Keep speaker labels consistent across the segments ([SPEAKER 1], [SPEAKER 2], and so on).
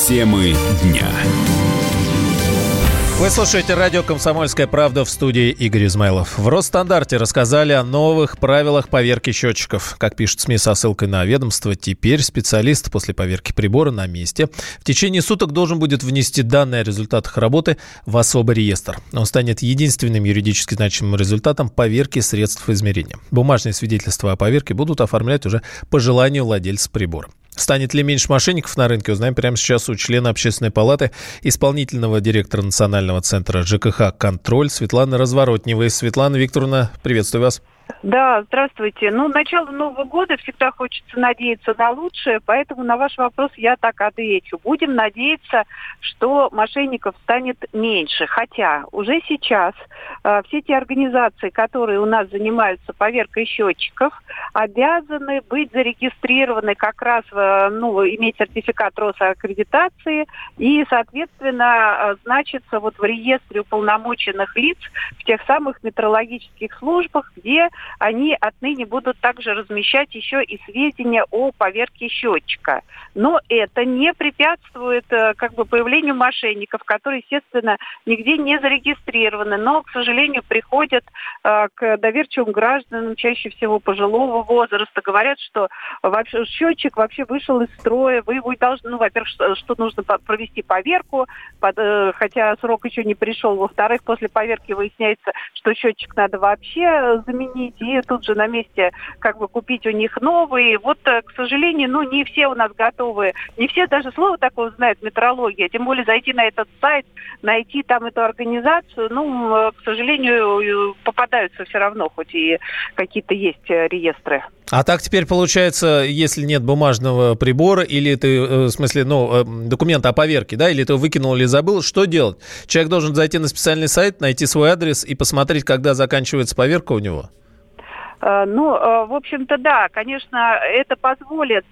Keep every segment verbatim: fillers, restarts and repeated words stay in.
[SPEAKER 1] Темы дня.
[SPEAKER 2] Вы слушаете радио «Комсомольская правда», в студии Игорь Измайлов. В Росстандарте рассказали о новых правилах поверки счетчиков. Как пишут СМИ со ссылкой на ведомство, теперь специалист после поверки прибора на месте в течение суток должен будет внести данные о результатах работы в особый реестр. Он станет единственным юридически значимым результатом поверки средств измерения. Бумажные свидетельства о поверке будут оформлять уже по желанию владельца прибора. Станет ли меньше мошенников на рынке, узнаем прямо сейчас у члена Общественной палаты, исполнительного директора Национального центра ЖКХ «Контроль» Светланы Разворотневой. Светлана Викторовна, приветствую вас.
[SPEAKER 3] Да, здравствуйте. Ну, начало Нового года всегда хочется надеяться на лучшее, поэтому на ваш вопрос я так отвечу. Будем надеяться, что мошенников станет меньше. Хотя уже сейчас э, все те организации, которые у нас занимаются поверкой счетчиков, обязаны быть зарегистрированы как раз, э, ну, иметь сертификат Росаккредитации и, соответственно, э, значиться вот в реестре уполномоченных лиц в тех самых метрологических службах, где они отныне будут также размещать еще и сведения о поверке счетчика. Но это не препятствует как бы появлению мошенников, которые, естественно, нигде не зарегистрированы, но, к сожалению, приходят э, к доверчивым гражданам, чаще всего пожилого возраста, говорят, что вообще счетчик вообще вышел из строя, вы его должны, ну, во-первых, что, что нужно провести поверку, под, э, хотя срок еще не пришел, во-вторых, после поверки выясняется, что счетчик надо вообще заменить, и тут же на месте как бы купить у них новый. Вот, к сожалению, ну, не все у нас готовы, не все даже слова такого знают, метрология, тем более зайти на этот сайт, найти там эту организацию, ну, к сожалению, попадаются все равно, хоть и какие-то есть реестры.
[SPEAKER 2] А так теперь получается, если нет бумажного прибора, или ты, в смысле, ну, документа о поверке, да, или ты выкинул или забыл, что делать? Человек должен зайти на специальный сайт, найти свой адрес и посмотреть, когда заканчивается поверка у него?
[SPEAKER 3] Ну, в общем-то, да, конечно, это позволит,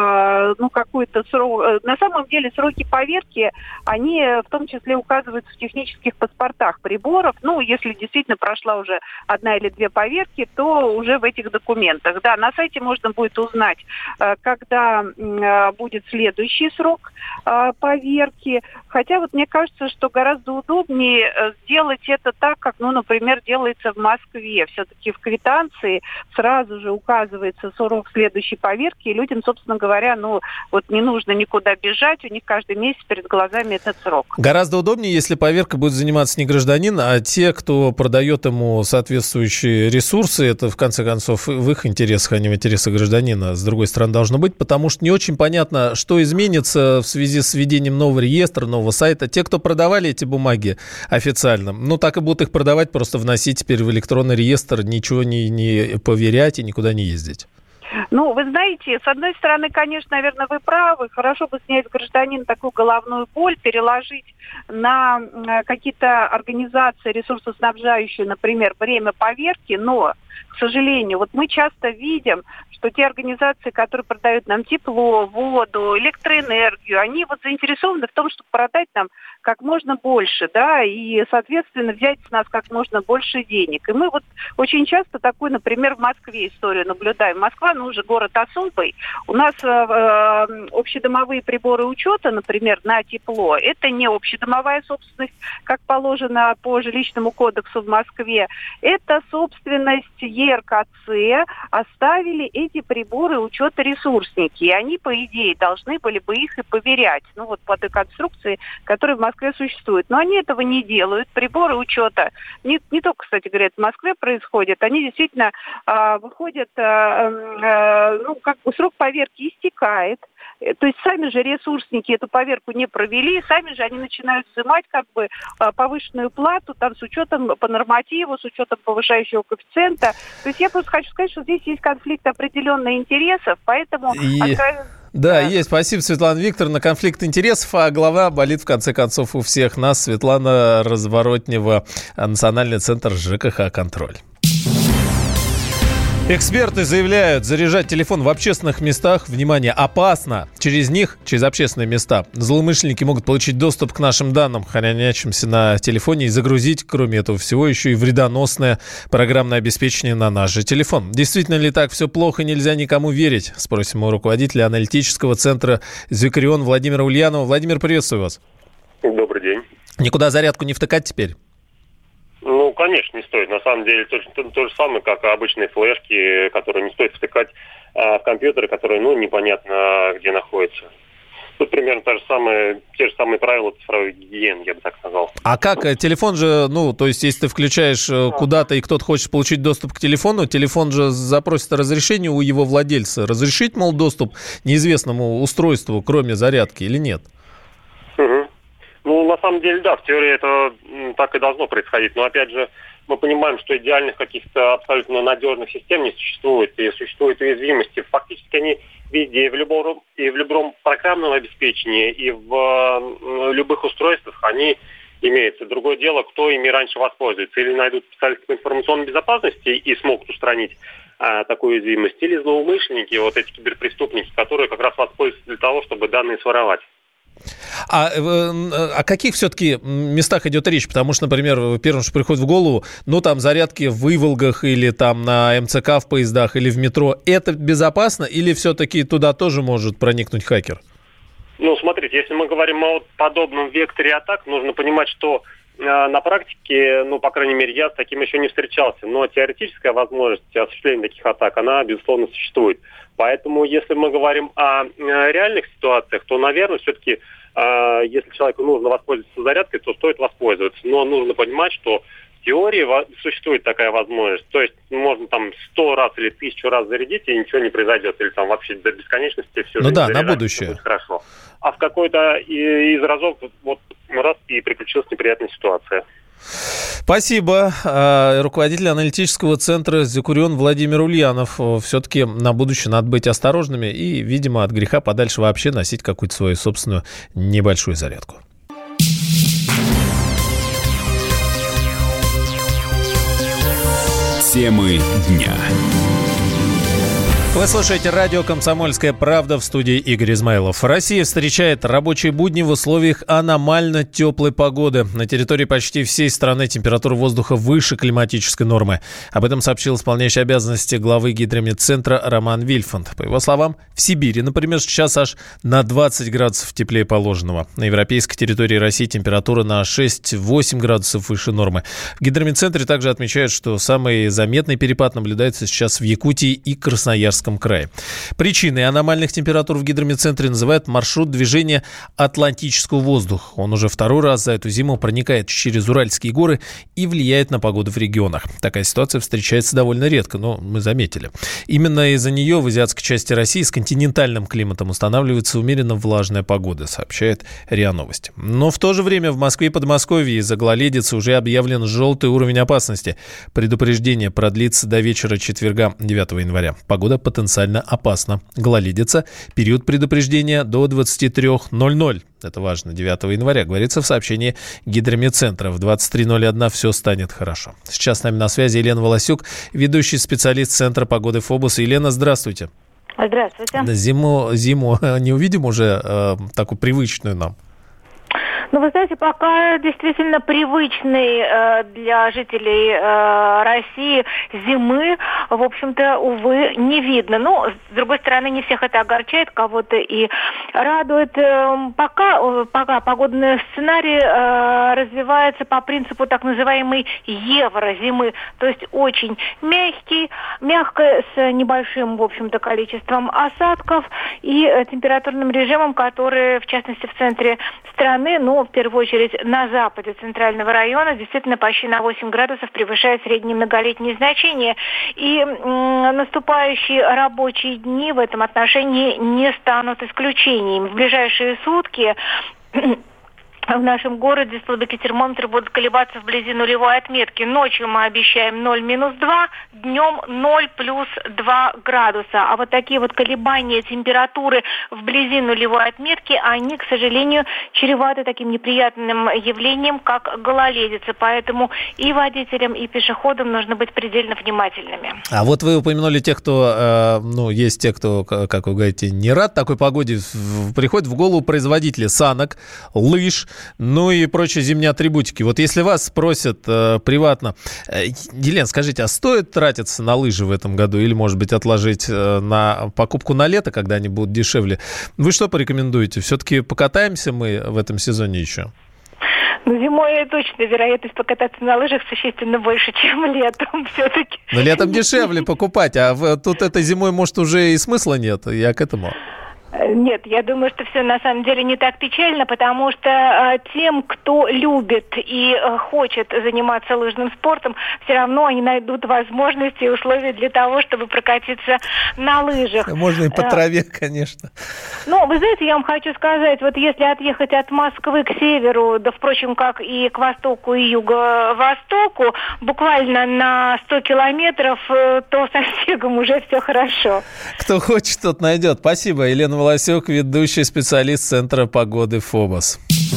[SPEAKER 3] ну, какой-то срок. На самом деле сроки поверки, они в том числе указываются в технических паспортах приборов. Ну, если действительно прошла уже одна или две поверки, то уже в этих документах. Да, на сайте можно будет узнать, когда будет следующий срок поверки. Хотя вот мне кажется, что гораздо удобнее сделать это так, как, ну, например, делается в Москве. Все-таки в квитанции сразу же указывается срок следующей поверки, и людям, собственно говоря, ну, вот не нужно никуда бежать, у них каждый месяц перед глазами этот срок. Гораздо удобнее, если поверка будет заниматься не гражданин, а те, кто продает ему соответствующие ресурсы, это, в конце концов, в их интересах, а не в интересах гражданина, с другой стороны, должно быть, потому что не очень понятно, что изменится в связи с введением нового реестра, нового сайта. Те, кто продавали эти бумаги официально, ну, так и будут их продавать, просто вносить теперь в электронный реестр, ничего не, не поверять и никуда не ездить. Ну, вы знаете, с одной стороны, конечно, наверное, вы правы. Хорошо бы снять с гражданина такую головную боль, переложить на какие-то организации, ресурсоснабжающие, например, время поверки, но, к сожалению, вот мы часто видим, что те организации, которые продают нам тепло, воду, электроэнергию, они вот заинтересованы в том, чтобы продать нам как можно больше, да, и, соответственно, взять с нас как можно больше денег. И мы вот очень часто такую, например, в Москве историю наблюдаем. Москва, ну, уже город особый. У нас э, э, общедомовые приборы учета, например, на тепло, это не общедомовая собственность, как положено по жилищному кодексу в Москве. Это собственность ЕРКЦ. Оставили эти приборы учета ресурсники. И они, по идее, должны были бы их и поверять. Ну, вот по той конструкции, которая в Москве существует. Но они этого не делают. Приборы учета, не, не только, кстати говоря, в Москве происходят, они действительно э, выходят, э, э, ну, как бы срок поверки истекает. То есть сами же ресурсники эту поверку не провели, сами же они начинают взимать как бы повышенную плату там с учетом по нормативу, с учетом повышающего коэффициента. То есть я просто хочу сказать, что здесь есть конфликт определенных интересов, поэтому... И... Откровенно...
[SPEAKER 2] Да, да, есть. Спасибо, Светлана Викторовна. Конфликт интересов, а голова болит, в конце концов, у всех нас. Светлана Разворотнева, Национальный центр ЖКХ «Контроль». Эксперты заявляют, заряжать телефон в общественных местах, внимание, опасно. Через них, через общественные места, злоумышленники могут получить доступ к нашим данным, хранящимся на телефоне, и загрузить, кроме этого всего, еще и вредоносное программное обеспечение на наш же телефон. Действительно ли так все плохо, нельзя никому верить? Спросим у руководителя аналитического центра «Зюкарион» Владимира Ульянова. Владимир, приветствую вас.
[SPEAKER 1] Добрый день.
[SPEAKER 2] Никуда зарядку не втыкать теперь?
[SPEAKER 1] Ну, конечно, не стоит. На самом деле, то, то, то же самое, как и обычные флешки, которые не стоит втыкать а, в компьютеры, которые, ну, непонятно где находятся. Тут примерно та же самая, те же самые правила цифровой гигиены, я бы так сказал.
[SPEAKER 2] А как? Телефон же, ну, то есть, если ты включаешь куда-то, и кто-то хочет получить доступ к телефону, телефон же запросит разрешение у его владельца. Разрешить, мол, доступ неизвестному устройству, кроме зарядки, или нет?
[SPEAKER 1] Угу. Ну, на самом деле, да, в теории это так и должно происходить. Но, опять же, мы понимаем, что идеальных каких-то абсолютно надежных систем не существует. И существуют уязвимости. Фактически они везде, и в любом, и в любом программном обеспечении, и в э, любых устройствах они имеются. Другое дело, кто ими раньше воспользуется. Или найдут специалисты по информационной безопасности и смогут устранить э, такую уязвимость. Или злоумышленники, вот эти киберпреступники, которые как раз воспользуются для того, чтобы данные своровать.
[SPEAKER 2] А о каких все-таки местах идет речь? Потому что, например, первым, что приходит в голову, ну, там, зарядки в Иволгах или там на эм цэ ка в поездах или в метро. Это безопасно или все-таки туда тоже может проникнуть хакер?
[SPEAKER 1] Ну, смотрите, если мы говорим о подобном векторе атак, нужно понимать, что э, на практике, ну, по крайней мере, я с таким еще не встречался. Но теоретическая возможность осуществления таких атак, она, безусловно, существует. Поэтому, если мы говорим о э, реальных ситуациях, то, наверное, все-таки, э, если человеку нужно воспользоваться зарядкой, то стоит воспользоваться. Но нужно понимать, что в теории существует такая возможность. То есть можно там сто раз или тысячу раз зарядить, и ничего не произойдет. Или там вообще до бесконечности все.
[SPEAKER 2] Ну да, на будущее.
[SPEAKER 1] Будет хорошо. А в какой-то из разов вот раз и приключилась неприятная ситуация.
[SPEAKER 2] Спасибо. Руководитель аналитического центра «Зюкарион» Владимир Ульянов. Все-таки на будущее надо быть осторожными и, видимо, от греха подальше вообще носить какую-то свою собственную небольшую зарядку.
[SPEAKER 4] Темы дня.
[SPEAKER 2] Вы слушаете радио «Комсомольская правда», в студии Игорь Измайлов. Россия встречает рабочие будни в условиях аномально теплой погоды. На территории почти всей страны температура воздуха выше климатической нормы. Об этом сообщил исполняющий обязанности главы Гидрометцентра Роман Вильфанд. По его словам, в Сибири, например, сейчас аж на двадцать градусов теплее положенного. На европейской территории России температура на шесть-восемь градусов выше нормы. В Гидрометцентре также отмечают, что самый заметный перепад наблюдается сейчас в Якутии и Красноярском крае. Причиной аномальных температур в Гидрометцентре называют маршрут движения Атлантического воздуха. Он уже второй раз за эту зиму проникает через Уральские горы и влияет на погоду в регионах. Такая ситуация встречается довольно редко, но мы заметили. Именно из-за нее в азиатской части России с континентальным климатом устанавливается умеренно влажная погода, сообщает РИА Новости. Но в то же время в Москве и Подмосковье из-за гололедицы уже объявлен желтый уровень опасности. Предупреждение продлится до вечера четверга, девятого января. Погода потенциально опасна. Гололедица. Период предупреждения до двадцать три ноль ноль. Это важно. девятого января. Говорится в сообщении Гидрометцентра. В двадцать три ноль один все станет хорошо. Сейчас с нами на связи Елена Волосюк, ведущий специалист Центра погоды ФОБУС. Елена, здравствуйте.
[SPEAKER 5] Здравствуйте.
[SPEAKER 2] Зиму, зиму не увидим уже э, такую привычную нам?
[SPEAKER 5] Ну, вы знаете, пока действительно привычной э, для жителей э, России зимы, в общем-то, увы, не видно. Но, с другой стороны, не всех это огорчает, кого-то и радует. Э, пока, пока погодный сценарий э, развивается по принципу так называемой еврозимы, то есть очень мягкий, мягко, с небольшим, в общем-то, количеством осадков и э, температурным режимом, который, в частности, в центре страны, ну, в первую очередь на западе центрального района, действительно почти на восемь градусов превышает средние многолетние значения. И м, наступающие рабочие дни в этом отношении не станут исключением. В ближайшие сутки в нашем городе столбики термометра будут колебаться вблизи нулевой отметки. Ночью мы обещаем ноль минус два, днем ноль плюс два градуса. А вот такие вот колебания температуры вблизи нулевой отметки, они, к сожалению, чреваты таким неприятным явлением, как гололедица. Поэтому и водителям, и пешеходам нужно быть предельно внимательными.
[SPEAKER 2] А вот вы упомянули тех, кто, э, ну, есть те, кто, как вы говорите, не рад такой погоде. Приходит в голову производители санок, лыж, ну и прочие зимние атрибутики. Вот если вас спросят э, приватно, э, Елена, скажите, а стоит тратиться на лыжи в этом году или, может быть, отложить э, на покупку на лето, когда они будут дешевле? Вы что порекомендуете? Все-таки покатаемся мы в этом сезоне еще?
[SPEAKER 5] Ну, зимой точно вероятность покататься на лыжах существенно больше, чем летом все-таки.
[SPEAKER 2] Но летом дешевле покупать, а в, тут этой зимой, может, уже и смысла нет. Я к этому...
[SPEAKER 5] Нет, я думаю, что все на самом деле не так печально, потому что э, тем, кто любит и э, хочет заниматься лыжным спортом, все равно они найдут возможности и условия для того, чтобы прокатиться на лыжах.
[SPEAKER 2] Можно и по траве, конечно.
[SPEAKER 5] Ну, вы знаете, я вам хочу сказать, вот если отъехать от Москвы к северу, да, впрочем, как и к востоку и юго-востоку, буквально на сто километров, э, то со снегом уже все хорошо.
[SPEAKER 2] Кто хочет, тот найдет. Спасибо, Елена Волосюк, ведущий специалист Центра погоды ФОБОС.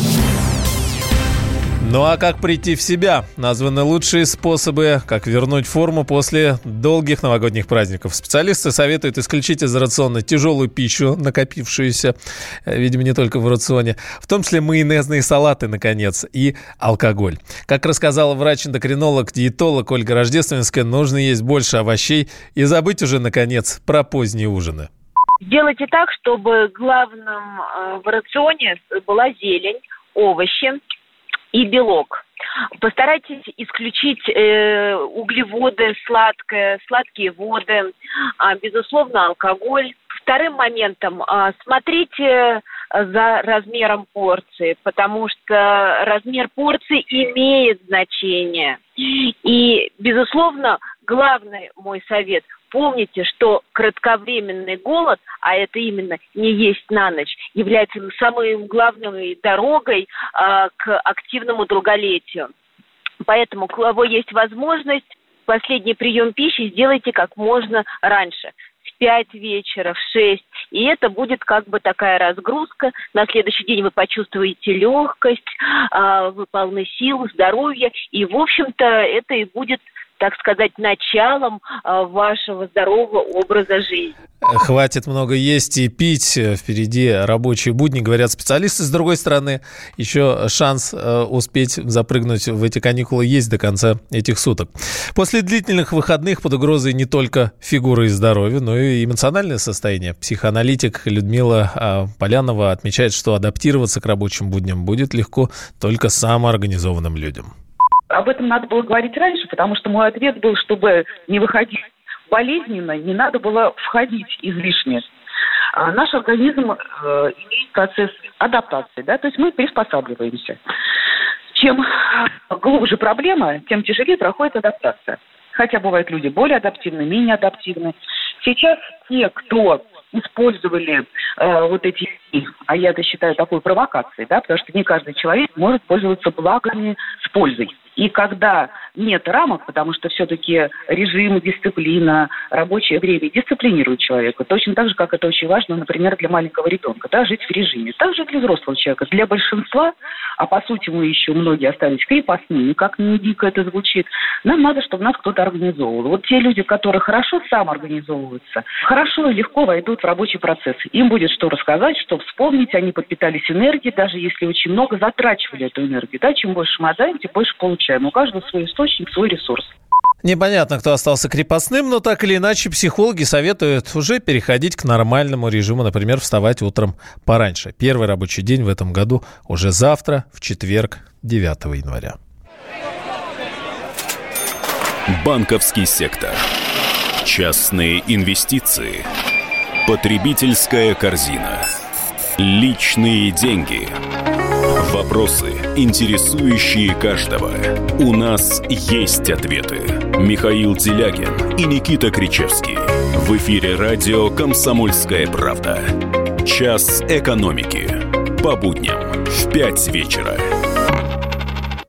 [SPEAKER 2] Ну а как прийти в себя? Названы лучшие способы, как вернуть форму после долгих новогодних праздников. Специалисты советуют исключить из рациона тяжелую пищу, накопившуюся, видимо, не только в рационе, в том числе майонезные салаты, наконец, и алкоголь. Как рассказала врач-эндокринолог, диетолог Ольга Рождественская, нужно есть больше овощей и забыть уже, наконец, про поздние ужины.
[SPEAKER 4] Сделайте так, чтобы главным э, в рационе была зелень, овощи и белок. Постарайтесь исключить э, углеводы, сладкое, сладкие воды, а, безусловно, алкоголь. Вторым моментом э, смотрите за размером порции, потому что размер порции имеет значение. И, безусловно, главный мой совет – помните, что кратковременный голод, а это именно не есть на ночь, является самой главной дорогой э, к активному долголетию. Поэтому, у кого есть возможность, последний прием пищи сделайте как можно раньше. В пять вечера, в шесть. И это будет как бы такая разгрузка. На следующий день вы почувствуете легкость, э, вы полны сил, здоровья. И, в общем-то, это и будет, так сказать, началом э, вашего здорового образа жизни.
[SPEAKER 2] Хватит много есть и пить. Впереди рабочие будни, говорят специалисты. С другой стороны, еще шанс э, успеть запрыгнуть в эти каникулы есть до конца этих суток. После длительных выходных под угрозой не только фигура и здоровье, но и эмоциональное состояние. Психоаналитик Людмила э, Полянова отмечает, что адаптироваться к рабочим будням будет легко только самоорганизованным людям.
[SPEAKER 6] Об этом надо было говорить раньше, потому что мой ответ был, чтобы не выходить болезненно, не надо было входить излишне. А наш организм э, имеет процесс адаптации, да, то есть мы приспосабливаемся. Чем глубже проблема, тем тяжелее проходит адаптация. Хотя бывают люди более адаптивны, менее адаптивны. Сейчас те, кто использовали э, вот эти, а я это считаю такой провокацией, да, потому что не каждый человек может пользоваться благами с пользой. И когда нет рамок, потому что все-таки режим, дисциплина, рабочее время дисциплинирует человека, точно так же, как это очень важно, например, для маленького ребенка, да, жить в режиме. Также для взрослого человека. Для большинства, а по сути мы еще многие остались крепостными, как ни дико это звучит, нам надо, чтобы нас кто-то организовывал. Вот те люди, которые хорошо самоорганизовываются, хорошо и легко войдут в рабочий процесс. Им будет что рассказать, что вспомнить, они подпитались энергией, даже если очень много затрачивали эту энергию. Да, чем больше мы отдаем, тем больше получаем. У каждого свой источник, свой ресурс.
[SPEAKER 2] Непонятно, кто остался крепостным, но так или иначе психологи советуют уже переходить к нормальному режиму, например, вставать утром пораньше. Первый рабочий день в этом году уже завтра, в четверг, девятого января.
[SPEAKER 7] Банковский сектор. Частные инвестиции. Потребительская корзина. Личные деньги. Вопросы, интересующие каждого. У нас есть ответы. Михаил Делягин и Никита Кричевский. В эфире радио «Комсомольская правда». Час экономики. По будням в пять вечера.